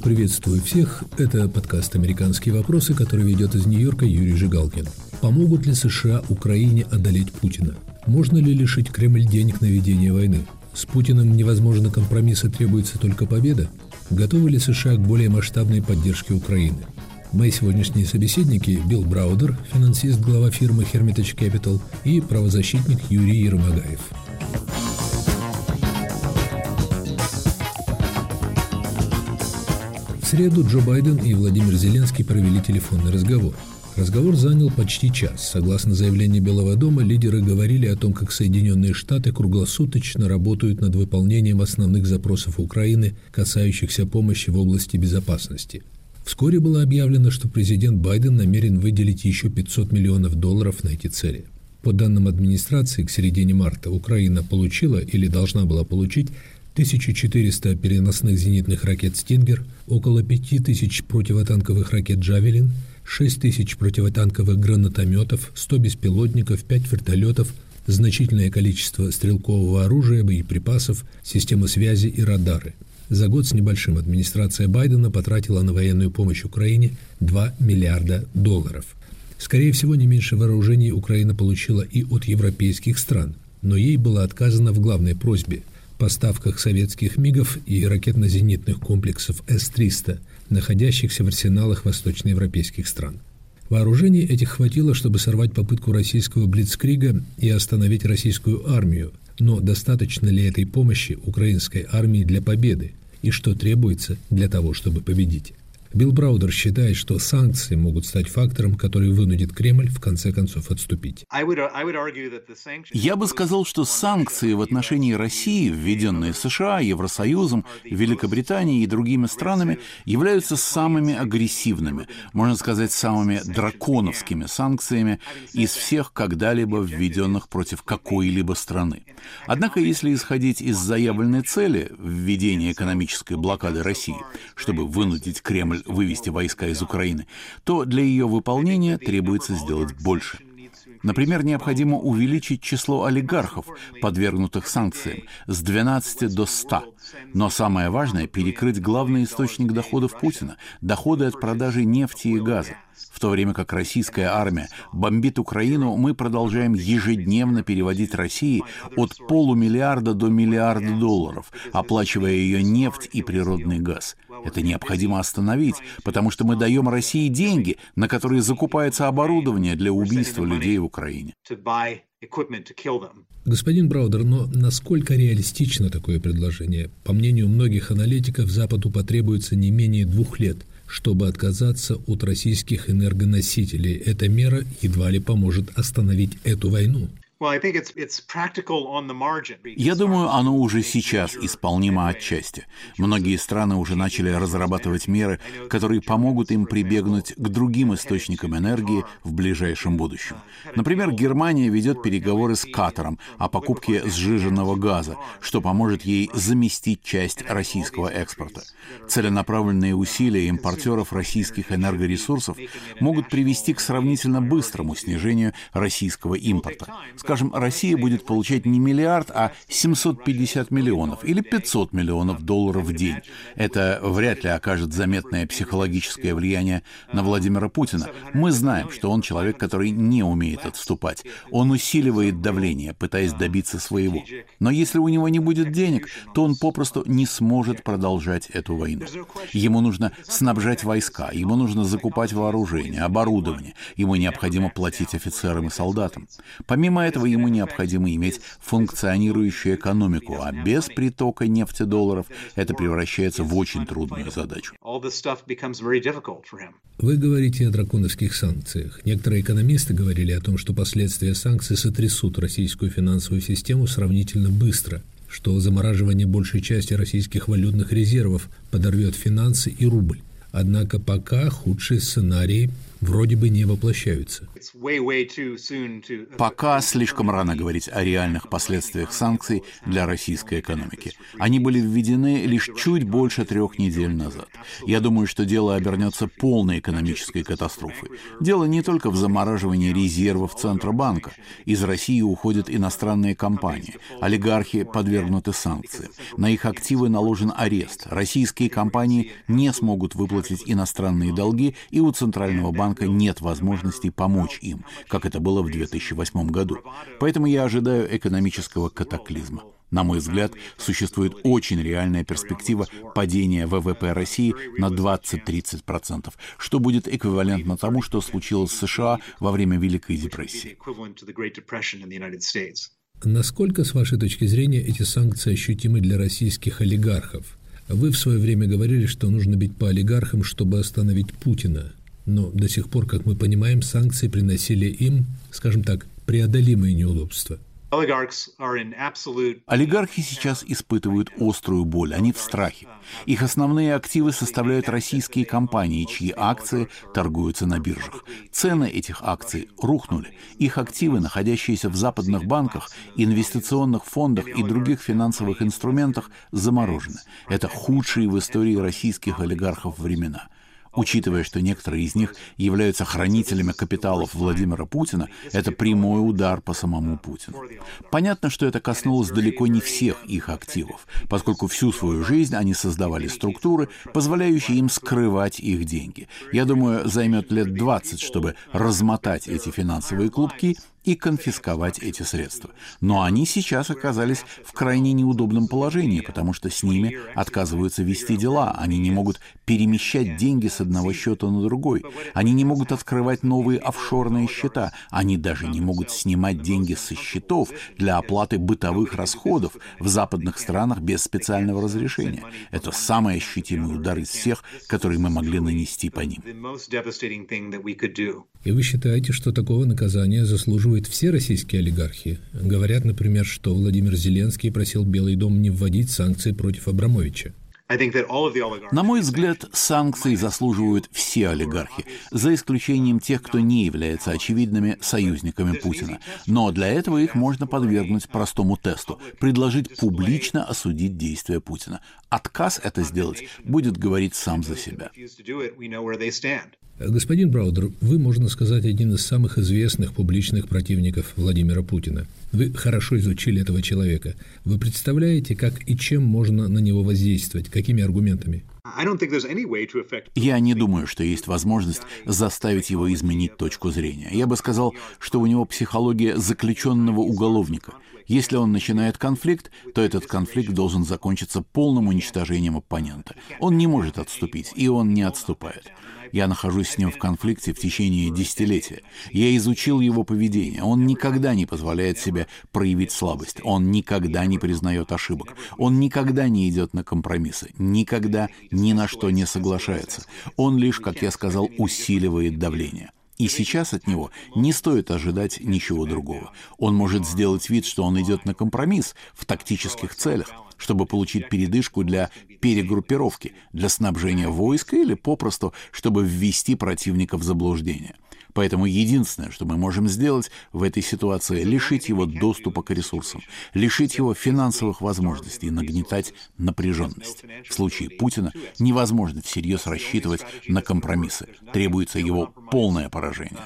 Приветствую всех. Это подкаст «Американские вопросы», который ведет из Нью-Йорка Юрий Жигалкин. Помогут ли США Украине одолеть Путина? Можно ли лишить Кремль денег на ведение войны? С Путиным невозможны компромиссы, требуется только победа? Готовы ли США к более масштабной поддержке Украины? Мои сегодняшние собеседники – Билл Браудер, финансист, глава фирмы Hermitage Capital, и правозащитник Юрий Ермогаев. В среду Джо Байден и Владимир Зеленский провели телефонный разговор. Разговор занял почти час. Согласно заявлению Белого дома, лидеры говорили о том, как Соединенные Штаты круглосуточно работают над выполнением основных запросов Украины, касающихся помощи в области безопасности. Вскоре было объявлено, что президент Байден намерен выделить еще $500 миллионов на эти цели. По данным администрации, к середине марта Украина получила или должна была получить 1400 переносных зенитных ракет «Стингер», около 5000 противотанковых ракет «Джавелин», 6000 противотанковых гранатометов, 100 беспилотников, 5 вертолетов, значительное количество стрелкового оружия, боеприпасов, системы связи и радары. За год с небольшим администрация Байдена потратила на военную помощь Украине $2 миллиарда. Скорее всего, не меньше вооружений Украина получила и от европейских стран, но ей было отказано в главной просьбе – поставках советских МиГов и ракетно-зенитных комплексов С-300, находящихся в арсеналах восточноевропейских стран. Вооружений этих хватило, чтобы сорвать попытку российского блицкрига и остановить российскую армию, но достаточно ли этой помощи украинской армии для победы, и что требуется для того, чтобы победить? Билл Браудер считает, что санкции могут стать фактором, который вынудит Кремль в конце концов отступить. Я бы сказал, что санкции в отношении России, введенные США, Евросоюзом, Великобританией и другими странами, являются самыми агрессивными, можно сказать, самыми драконовскими санкциями из всех когда-либо введенных против какой-либо страны. Однако, если исходить из заявленной цели введения экономической блокады России, чтобы вынудить Кремль вывести войска из Украины, то для ее выполнения требуется сделать больше. Например, необходимо увеличить число олигархов, подвергнутых санкциям, с 12 до 100. Но самое важное – перекрыть главный источник доходов Путина – доходы от продажи нефти и газа. В то время как российская армия бомбит Украину, мы продолжаем ежедневно переводить России от $500 миллиона до $1 миллиарда, оплачивая ее нефть и природный газ. Это необходимо остановить, потому что мы даем России деньги, на которые закупается оборудование для убийства людей в Украине. Господин Браудер, но насколько реалистично такое предложение? По мнению многих аналитиков, Западу потребуется не менее 2 лет, чтобы отказаться от российских энергоносителей. Эта мера едва ли поможет остановить эту войну. Я думаю, оно уже сейчас исполнимо отчасти. Многие страны уже начали разрабатывать меры, которые помогут им прибегнуть к другим источникам энергии в ближайшем будущем. Например, Германия ведет переговоры с Катаром о покупке сжиженного газа, что поможет ей заместить часть российского экспорта. Целенаправленные усилия импортеров российских энергоресурсов могут привести к сравнительно быстрому снижению российского импорта. Скажем, Россия будет получать не миллиард, а 750 миллионов или $500 миллионов в день. Это вряд ли окажет заметное психологическое влияние на Владимира Путина. Мы знаем, что он человек, который не умеет отступать. Он усиливает давление, пытаясь добиться своего. Но если у него не будет денег, то он попросту не сможет продолжать эту войну. Ему нужно снабжать войска, ему нужно закупать вооружение, оборудование, ему необходимо платить офицерам и солдатам. Помимо этого, ему необходимо иметь функционирующую экономику, а без притока нефтедолларов это превращается в очень трудную задачу. Вы говорите о драконовских санкциях. Некоторые экономисты говорили о том, что последствия санкций сотрясут российскую финансовую систему сравнительно быстро, что замораживание большей части российских валютных резервов подорвет финансы и рубль. Однако пока худшие сценарии вроде бы не воплощаются. Пока слишком рано говорить о реальных последствиях санкций для российской экономики. Они были введены лишь чуть больше 3 недель назад. Я думаю, что дело обернется полной экономической катастрофой. Дело не только в замораживании резервов Центробанка. Из России уходят иностранные компании. Олигархи подвергнуты санкциям. На их активы наложен арест. Российские компании не смогут выплатить иностранные долги, и у Центрального банка нет возможности помочь им, как это было в 2008 году. Поэтому я ожидаю экономического катаклизма. На мой взгляд, существует очень реальная перспектива падения ВВП России на 20-30%, что будет эквивалентно тому, что случилось в США во время Великой депрессии. Насколько, с вашей точки зрения, эти санкции ощутимы для российских олигархов? Вы в свое время говорили, что нужно бить по олигархам, чтобы остановить Путина. Но до сих пор, как мы понимаем, санкции приносили им, скажем так, преодолимые неудобства. Олигархи сейчас испытывают острую боль, они в страхе. Их основные активы составляют российские компании, чьи акции торгуются на биржах. Цены этих акций рухнули. Их активы, находящиеся в западных банках, инвестиционных фондах и других финансовых инструментах, заморожены. Это худшие в истории российских олигархов времена. Учитывая, что некоторые из них являются хранителями капиталов Владимира Путина, это прямой удар по самому Путину. Понятно, что это коснулось далеко не всех их активов, поскольку всю свою жизнь они создавали структуры, позволяющие им скрывать их деньги. Я думаю, займет лет 20, чтобы размотать эти финансовые клубки и конфисковать эти средства. Но они сейчас оказались в крайне неудобном положении, потому что с ними отказываются вести дела. Они не могут перемещать деньги с одного счета на другой. Они не могут открывать новые офшорные счета. Они даже не могут снимать деньги со счетов для оплаты бытовых расходов в западных странах без специального разрешения. Это самый ощутимый удар из всех, которые мы могли нанести по ним. И вы считаете, что такого наказания заслуживают все российские олигархи? Говорят, например, что Владимир Зеленский просил Белый дом не вводить санкции против Абрамовича. На мой взгляд, санкции заслуживают все олигархи, за исключением тех, кто не является очевидными союзниками Путина. Но для этого их можно подвергнуть простому тесту – предложить публично осудить действия Путина. Отказ это сделать будет говорить сам за себя. Господин Браудер, вы, можно сказать, один из самых известных публичных противников Владимира Путина. Вы хорошо изучили этого человека. Вы представляете, как и чем можно на него воздействовать, какими аргументами? Я не думаю, что есть возможность заставить его изменить точку зрения. Я бы сказал, что у него психология заключенного уголовника. Если он начинает конфликт, то этот конфликт должен закончиться полным уничтожением оппонента. Он не может отступить, и он не отступает. Я нахожусь с ним в конфликте в течение десятилетия. Я изучил его поведение. Он никогда не позволяет себе проявить слабость. Он никогда не признает ошибок. Он никогда не идет на компромиссы. Никогда ни на что не соглашается. Он лишь, как я сказал, усиливает давление. И сейчас от него не стоит ожидать ничего другого. Он может сделать вид, что он идет на компромисс в тактических целях, чтобы получить передышку для перегруппировки, для снабжения войска или попросту, чтобы ввести противника в заблуждение. Поэтому единственное, что мы можем сделать в этой ситуации, лишить его доступа к ресурсам, лишить его финансовых возможностей, нагнетать напряженность. В случае Путина невозможно всерьез рассчитывать на компромиссы. Требуется его полное поражение.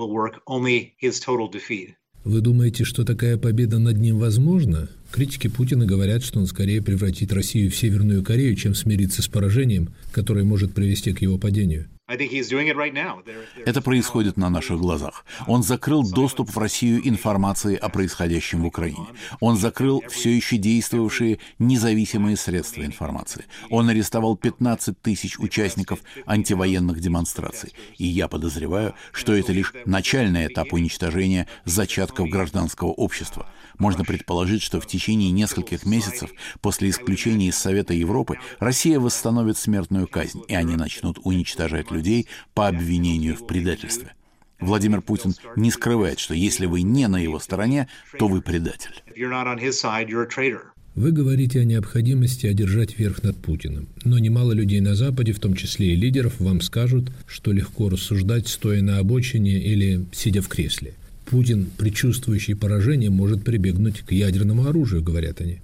Вы думаете, что такая победа над ним возможна? Критики Путина говорят, что он скорее превратит Россию в Северную Корею, чем смириться с поражением, которое может привести к его падению. Это происходит на наших глазах. Он закрыл доступ в Россию информации о происходящем в Украине. Он закрыл все еще действовавшие независимые средства информации. Он арестовал 15 тысяч участников антивоенных демонстраций. И я подозреваю, что это лишь начальный этап уничтожения зачатков гражданского общества. Можно предположить, что в течение нескольких месяцев после исключения из Совета Европы Россия восстановит смертную казнь, и они начнут уничтожать людей по обвинению в предательстве. Владимир Путин не скрывает, что если вы не на его стороне, то вы предатель. Вы говорите о необходимости одержать верх над Путиным, но немало людей на Западе, в том числе и лидеров, вам скажут, что легко рассуждать, стоя на обочине или сидя в кресле. Путин, предчувствующий поражение, может прибегнуть к ядерному оружию, говорят они.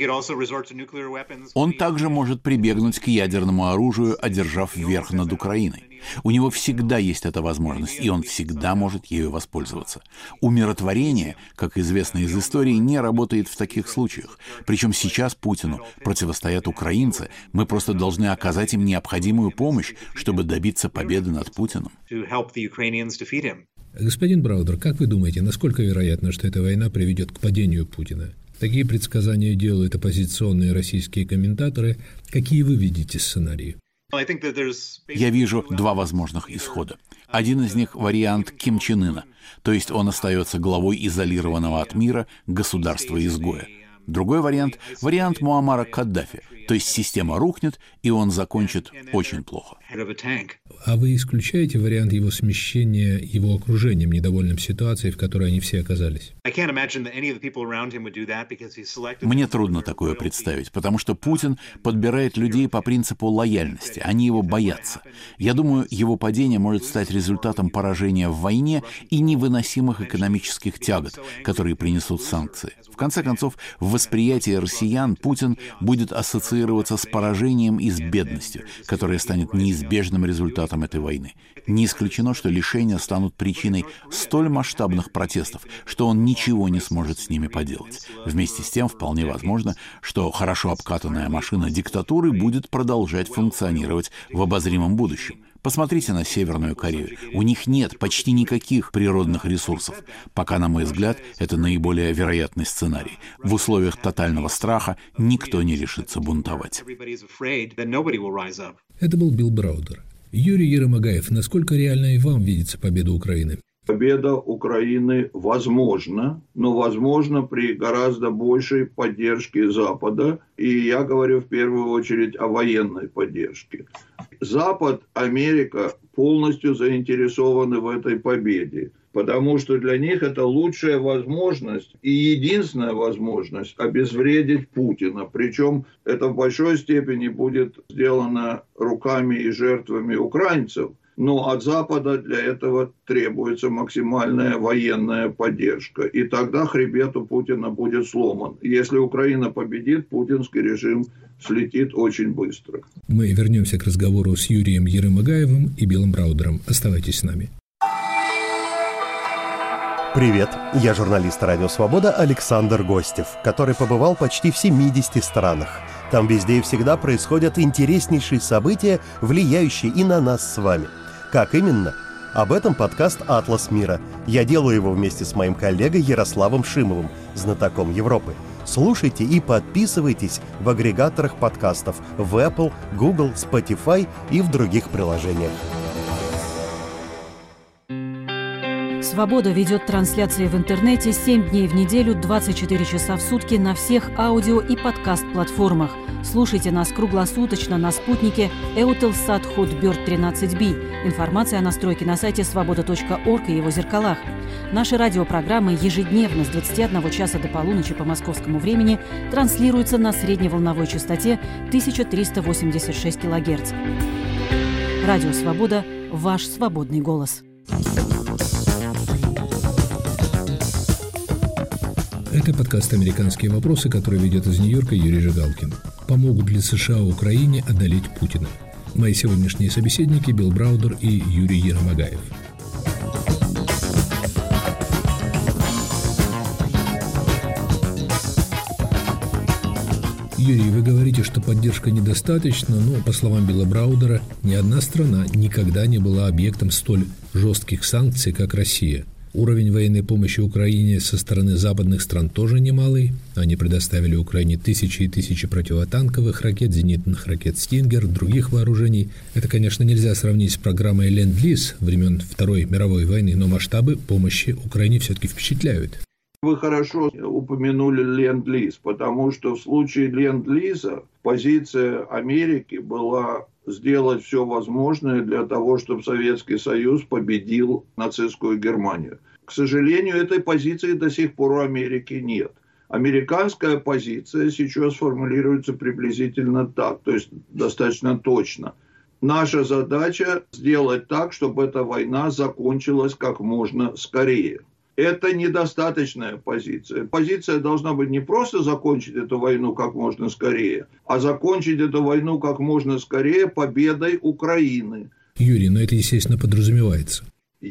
Он также может прибегнуть к ядерному оружию, одержав верх над Украиной. У него всегда есть эта возможность, и он всегда может ею воспользоваться. Умиротворение, как известно из истории, не работает в таких случаях. Причем сейчас Путину противостоят украинцы. Мы просто должны оказать им необходимую помощь, чтобы добиться победы над Путиным. Господин Браудер, как вы думаете, насколько вероятно, что эта война приведет к падению Путина? Такие предсказания делают оппозиционные российские комментаторы. Какие вы видите сценарии? Я вижу два возможных исхода. Один из них — вариант Ким Чен Ына, то есть он остается главой изолированного от мира государства-изгоя. Другой вариант — вариант Муаммара Каддафи, то есть система рухнет, и он закончит очень плохо. А вы исключаете вариант его смещения его окружением, недовольным ситуацией, в которой они все оказались? Мне трудно такое представить, потому что Путин подбирает людей по принципу лояльности, они его боятся. Я думаю, его падение может стать результатом поражения в войне и невыносимых экономических тягот, которые принесут санкции. В конце концов, в восприятии россиян Путин будет ассоциироваться с поражением и с бедностью, которая станет неизбежным результатом этой войны. Не исключено, что лишения станут причиной столь масштабных протестов, что он ничего не сможет с ними поделать. Вместе с тем, вполне возможно, что хорошо обкатанная машина диктатуры будет продолжать функционировать в обозримом будущем. Посмотрите на Северную Корею. У них нет почти никаких природных ресурсов. Пока, на мой взгляд, это наиболее вероятный сценарий. В условиях тотального страха никто не решится бунтовать. Это был Билл Браудер. Юрий Еромагаев, насколько реальной вам видится победа Украины? Победа Украины возможна, но возможна при гораздо большей поддержке Запада. И я говорю в первую очередь о военной поддержке. Запад, Америка полностью заинтересованы в этой победе, потому что для них это лучшая возможность и единственная возможность обезвредить Путина. Причем это в большой степени будет сделано руками и жертвами украинцев. Но от Запада для этого требуется максимальная военная поддержка. И тогда хребет у Путина будет сломан. Если Украина победит, путинский режим слетит очень быстро. Мы вернемся к разговору с Юрием Еромагаевым и Биллом Браудером. Оставайтесь с нами. Привет, я журналист «Радио Свобода» Александр Гостев, который побывал почти в 70 странах. Там везде и всегда происходят интереснейшие события, влияющие и на нас с вами. Как именно? Об этом подкаст «Атлас мира». Я делаю его вместе с моим коллегой Ярославом Шимовым, знатоком Европы. Слушайте и подписывайтесь в агрегаторах подкастов в Apple, Google, Spotify и в других приложениях. «Свобода» ведет трансляции в интернете 7 дней в неделю, 24 часа в сутки на всех аудио- и подкаст-платформах. Слушайте нас круглосуточно на спутнике Eutelsat Hotbird 13B. Информация о настройке на сайте svoboda.org и его зеркалах. Наши радиопрограммы ежедневно с 21 часа до полуночи по московскому времени транслируются на средневолновой частоте 1386 кГц. Радио «Свобода» – ваш свободный голос. Это подкаст «Американские вопросы», который ведет из Нью-Йорка Юрий Жигалкин. Помогут ли США Украине одолеть Путина? Мои сегодняшние собеседники – Билл Браудер и Юрий Еромагаев. Юрий, вы говорите, что поддержка недостаточна, но, по словам Билла Браудера, ни одна страна никогда не была объектом столь жестких санкций, как Россия. Уровень военной помощи Украине со стороны западных стран тоже немалый. Они предоставили Украине тысячи и тысячи противотанковых ракет, зенитных ракет «Стингер», других вооружений. Это, конечно, нельзя сравнить с программой «Ленд-лиз» времен Второй мировой войны, но масштабы помощи Украине все-таки впечатляют. Вы хорошо упомянули Ленд-лиз, потому что в случае Ленд-лиза позиция Америки была сделать все возможное для того, чтобы Советский Союз победил нацистскую Германию. К сожалению, этой позиции до сих пор у Америки нет. Американская позиция сейчас формулируется приблизительно так, то есть достаточно точно. Наша задача сделать так, чтобы эта война закончилась как можно скорее. Это недостаточная позиция. Позиция должна быть не просто закончить эту войну как можно скорее, а закончить эту войну как можно скорее победой Украины. Юрий, но это, естественно, подразумевается.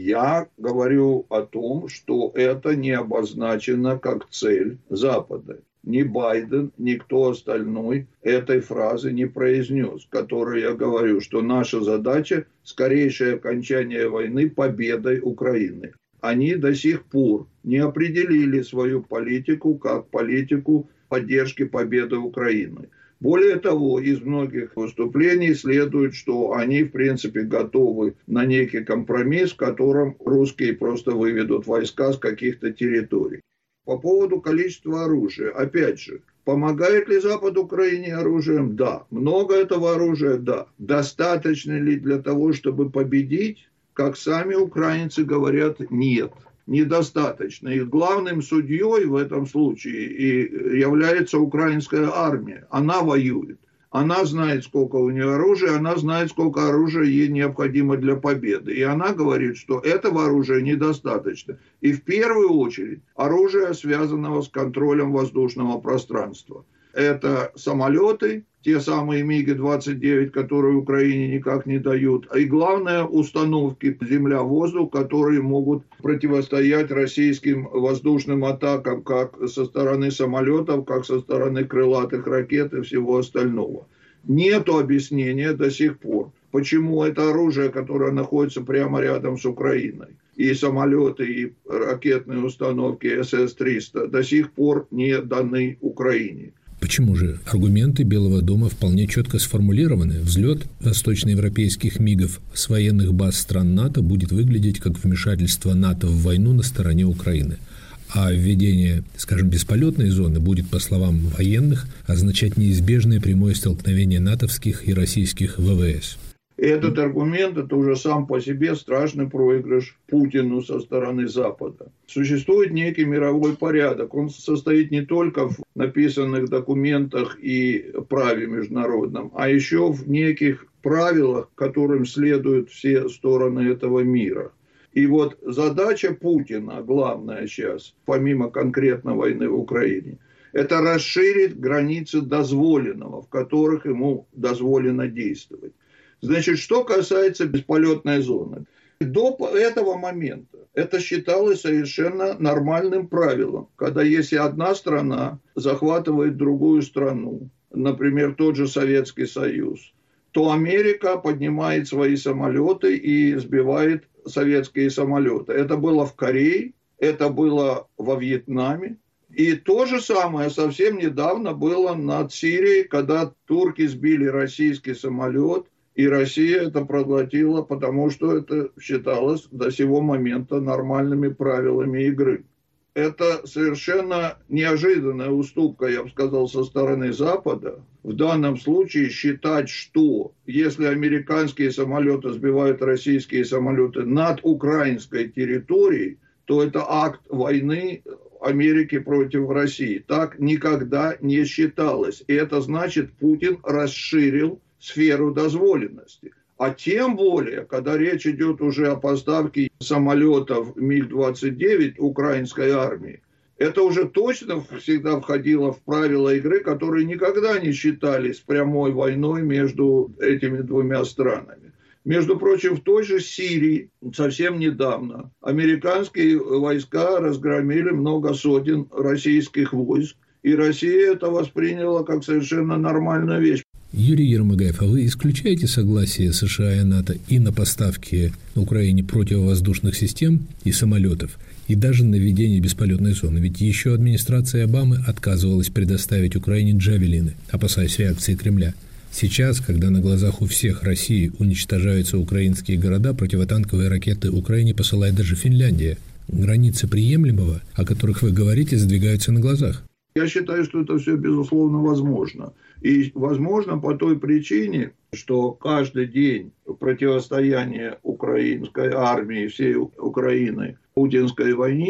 Я говорю о том, что это не обозначено как цель Запада. Ни Байден, ни кто остальной этой фразы не произнес, которой я говорю, что наша задача – скорейшее окончание войны победой Украины. Они до сих пор не определили свою политику как политику поддержки победы Украины. Более того, из многих выступлений следует, что они, в принципе, готовы на некий компромисс, в котором русские просто выведут войска с каких-то территорий. По поводу количества оружия. Опять же, помогает ли Запад Украине оружием? Да. Много этого оружия? Да. Достаточно ли для того, чтобы победить? Как сами украинцы говорят, нет. Недостаточно. И главным судьей в этом случае и является украинская армия. Она воюет. Она знает, сколько у нее оружия, она знает, сколько оружия ей необходимо для победы. И она говорит, что этого оружия недостаточно. И в первую очередь оружие, связанного с контролем воздушного пространства. Это самолеты, те самые МиГи-29, которые Украине никак не дают. И главное, установки земля-воздух, которые могут противостоять российским воздушным атакам как со стороны самолетов, как со стороны крылатых ракет и всего остального. Нет объяснения до сих пор, почему это оружие, которое находится прямо рядом с Украиной, и самолеты, и ракетные установки СС-300 до сих пор не даны Украине. Почему же? Аргументы Белого дома вполне четко сформулированы. Взлет восточноевропейских МиГов с военных баз стран НАТО будет выглядеть как вмешательство НАТО в войну на стороне Украины. А введение, скажем, бесполетной зоны будет, по словам военных, означать неизбежное прямое столкновение натовских и российских ВВС. Этот аргумент – это уже сам по себе страшный проигрыш Путину со стороны Запада. Существует некий мировой порядок. Он состоит не только в написанных документах и праве международном, а еще в неких правилах, которым следуют все стороны этого мира. И вот задача Путина, главная сейчас, помимо конкретно войны в Украине, это расширить границы дозволенного, в которых ему дозволено действовать. Значит, что касается бесполетной зоны. До этого момента это считалось совершенно нормальным правилом, когда если одна страна захватывает другую страну, например, тот же Советский Союз, то Америка поднимает свои самолеты и сбивает советские самолеты. Это было в Корее, это было во Вьетнаме. И то же самое совсем недавно было над Сирией, когда турки сбили российский самолет, и Россия это проглотила, потому что это считалось до сего момента нормальными правилами игры. Это совершенно неожиданная уступка, я бы сказал, со стороны Запада. В данном случае считать, что если американские самолеты сбивают российские самолеты над украинской территорией, то это акт войны Америки против России. Так никогда не считалось. И это значит, Путин расширил сферу дозволенности. А тем более, когда речь идет уже о поставке самолетов МиГ-29 украинской армии, это уже точно всегда входило в правила игры, которые никогда не считались прямой войной между этими двумя странами. Между прочим, в той же Сирии совсем недавно американские войска разгромили много сотен российских войск, и Россия это восприняла как совершенно нормальную вещь. Юрий Ермагаев, а вы исключаете согласие США и НАТО и на поставки на Украине противовоздушных систем и самолетов, и даже на введение бесполетной зоны? Ведь еще администрация Обамы отказывалась предоставить Украине джавелины, опасаясь реакции Кремля. Сейчас, когда на глазах у всех России уничтожаются украинские города, противотанковые ракеты Украине посылает даже Финляндия. Границы приемлемого, о которых вы говорите, сдвигаются на глазах. Я считаю, что это все, безусловно, возможно. И возможно по той причине, что каждый день противостояния украинской армии, всей Украины путинской войне,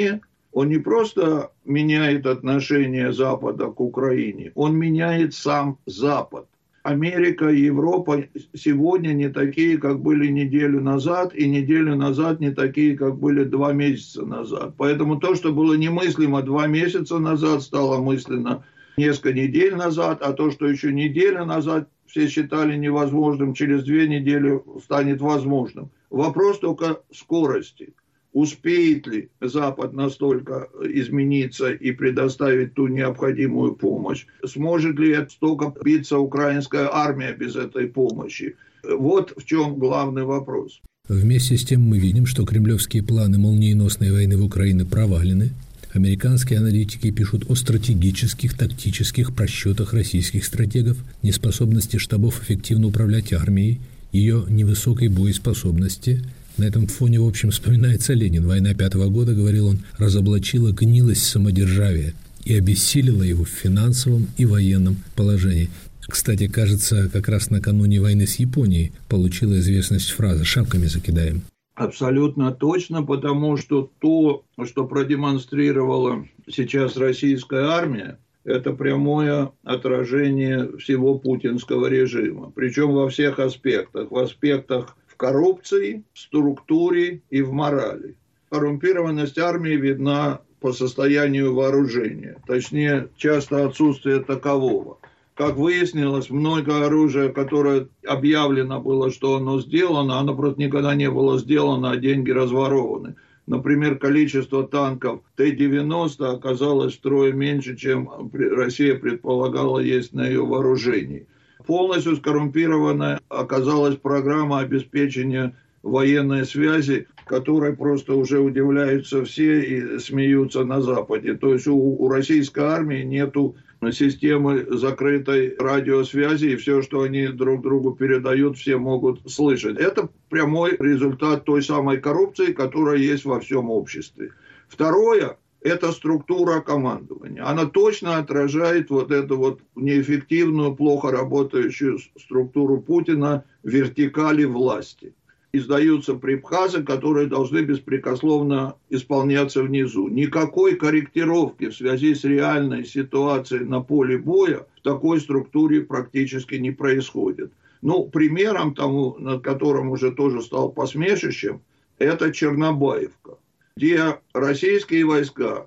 Он не просто меняет отношение Запада к Украине, он меняет сам Запад. Америка и Европа сегодня не такие, как были неделю назад, и неделю назад не такие, как были 2 месяца назад. Поэтому то, что было немыслимо 2 месяца назад, стало мысленно несколько недель назад, а то, что еще неделю назад все считали невозможным, через 2 недели станет возможным. Вопрос только скорости. Успеет ли Запад настолько измениться и предоставить ту необходимую помощь? Сможет ли столько биться украинская армия без этой помощи? Вот в чем главный вопрос. Вместе с тем мы видим, что кремлевские планы молниеносной войны в Украине провалены. Американские аналитики пишут о стратегических, тактических просчетах российских стратегов, неспособности штабов эффективно управлять армией, ее невысокой боеспособности. На этом фоне, в общем, вспоминается Ленин. Война 5-го года, говорил он, разоблачила гнилость самодержавия и обессилила его в финансовом и военном положении. Кстати, кажется, как раз накануне войны с Японией получила известность фраза «шапками закидаем». Абсолютно точно, потому что то, что продемонстрировала сейчас российская армия, это прямое отражение всего путинского режима. Причем во всех аспектах. В аспектах коррупции, в структуре и в морали. Коррумпированность армии видна по состоянию вооружения. Точнее, часто отсутствие такового. Как выяснилось, много оружия, которое объявлено было, что оно сделано, оно просто никогда не было сделано, а деньги разворованы. Например, количество танков Т-90 оказалось втрое меньше, чем Россия предполагала есть на ее вооружении. Полностью скоррумпированная оказалась программа обеспечения военной связи, которой просто уже удивляются все и смеются на Западе. То есть у российской армии нету системы закрытой радиосвязи, и все, что они друг другу передают, все могут слышать. Это прямой результат той самой коррупции, которая есть во всем обществе. Второе – это структура командования. Она точно отражает вот эту вот неэффективную, плохо работающую структуру Путина вертикали власти. Издаются приказы, которые должны беспрекословно исполняться внизу. Никакой корректировки в связи с реальной ситуацией на поле боя в такой структуре практически не происходит. Ну, примером тому, над которым уже тоже стал посмешищем, это Чернобаевка, где российские войска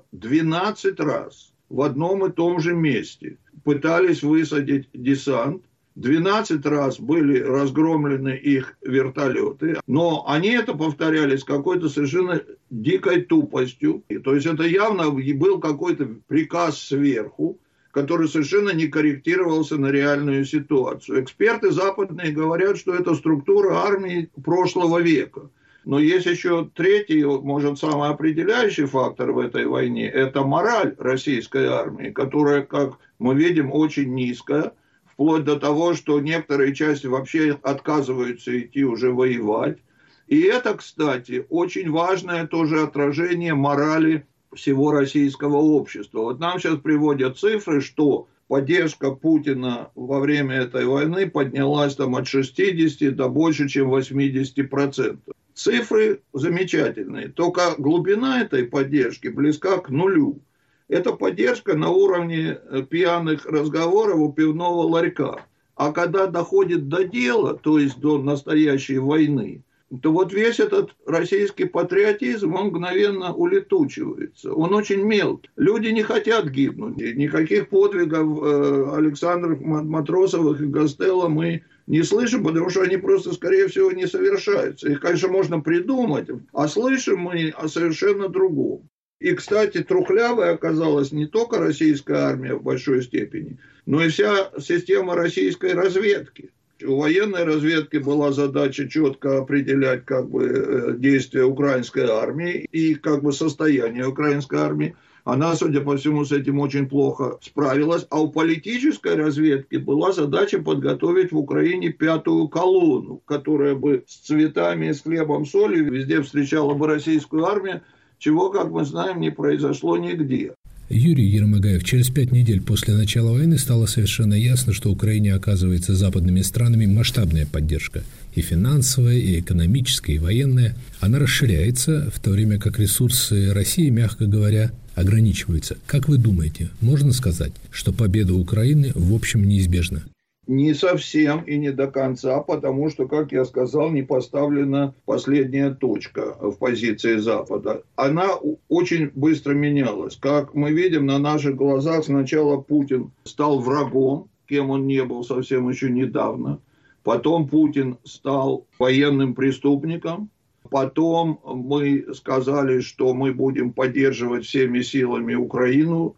12 раз в одном и том же месте пытались высадить десант. 12 раз были разгромлены их вертолеты, но они это повторяли с какой-то совершенно дикой тупостью. То есть это явно был какой-то приказ сверху, который совершенно не корректировался на реальную ситуацию. Эксперты западные говорят, что это структура армии прошлого века. Но есть еще третий, может, самый определяющий фактор в этой войне. Это мораль российской армии, которая, как мы видим, очень низкая. Вплоть до того, что некоторые части вообще отказываются идти уже воевать. И это, кстати, очень важное тоже отражение морали всего российского общества. Вот нам сейчас приводят цифры, что поддержка Путина во время этой войны поднялась там от 60 до больше, чем 80%. Цифры замечательные, только глубина этой поддержки близка к нулю. Это поддержка на уровне пьяных разговоров у пивного ларька. А когда доходит до дела, то есть до настоящей войны, то вот весь этот российский патриотизм, он мгновенно улетучивается. Он очень мелкий. Люди не хотят гибнуть. Никаких подвигов Александров Матросовых и Гастелло мы не слышим, потому что они просто, скорее всего, не совершаются. Их, конечно, можно придумать, а слышим мы о совершенно другом. И, кстати, трухлявой оказалась не только российская армия в большой степени, но и вся система российской разведки. У военной разведки была задача четко определять действия украинской армии и состояние украинской армии. Она, судя по всему, с этим очень плохо справилась. А у политической разведки была задача подготовить в Украине 5-ю колонну, которая бы с цветами и с хлебом, солью везде встречала бы российскую армию, чего, как мы знаем, не произошло нигде. Юрий Ермагаев, через 5 недель после начала войны стало совершенно ясно, что Украине оказывается западными странами масштабная поддержка. И финансовая, и экономическая, и военная. Она расширяется, в то время как ресурсы России, мягко говоря, ограничиваются. Как вы думаете, можно сказать, что победа Украины в общем неизбежна? Не совсем и не до конца, потому что, как я сказал, не поставлена последняя точка в позиции Запада. Она очень быстро менялась. Как мы видим, на наших глазах сначала Путин стал врагом, кем он не был совсем еще недавно. Потом Путин стал военным преступником. Потом мы сказали, что мы будем поддерживать всеми силами Украину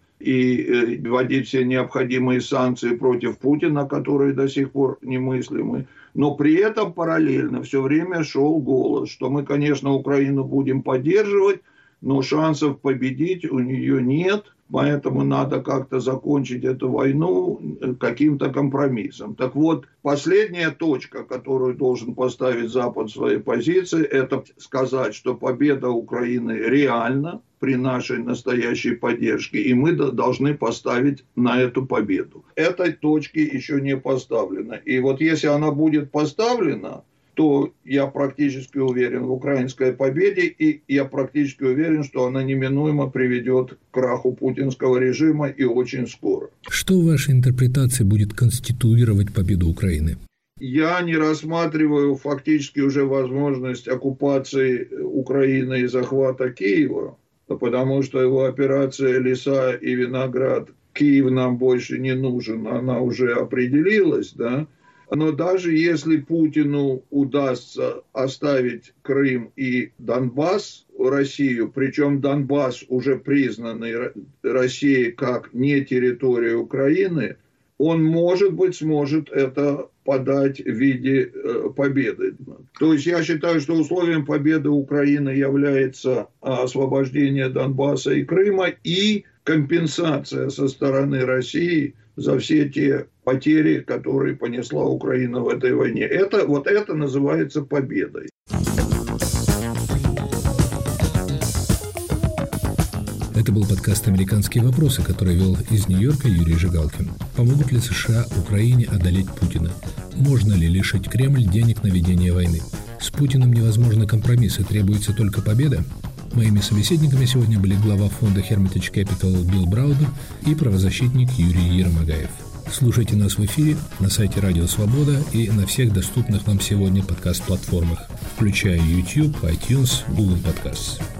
и вводить все необходимые санкции против Путина, которые до сих пор немыслимы. Но при этом параллельно все время шел голос, что мы, конечно, Украину будем поддерживать, но шансов победить у нее нет, поэтому надо как-то закончить эту войну каким-то компромиссом. Так вот, последняя точка, которую должен поставить Запад в своей позиции, это сказать, что победа Украины реальна при нашей настоящей поддержке, и мы должны поставить на эту победу. Этой точки еще не поставлено. И вот если она будет поставлена, то я практически уверен в украинской победе, и я практически уверен, что она неминуемо приведет к краху путинского режима и очень скоро. Что в вашей интерпретации будет конституировать победу Украины? Я не рассматриваю фактически уже возможность оккупации Украины и захвата Киева, потому что его операция «Лиса и виноград», Киев нам больше не нужен, она уже определилась, да? Но даже если Путину удастся оставить Крым и Донбасс, Россию, причем Донбасс уже признанный Россией как не территория Украины, он, может быть, сможет это подать в виде победы. То есть я считаю, что условием победы Украины является освобождение Донбасса и Крыма и компенсация со стороны России за все те потери, которые понесла Украина в этой войне. Это называется победой. Это был подкаст «Американские вопросы», который вел из Нью-Йорка Юрий Жигалкин. Помогут ли США Украине одолеть Путина? Можно ли лишить Кремль денег на ведение войны? С Путиным невозможны компромиссы, требуется только победа? Моими собеседниками сегодня были глава фонда Hermitage Capital Билл Браудер и правозащитник Юрий Ермагаев. Слушайте нас в эфире на сайте Радио Свобода и на всех доступных нам сегодня подкаст-платформах, включая YouTube, iTunes, Google Podcasts.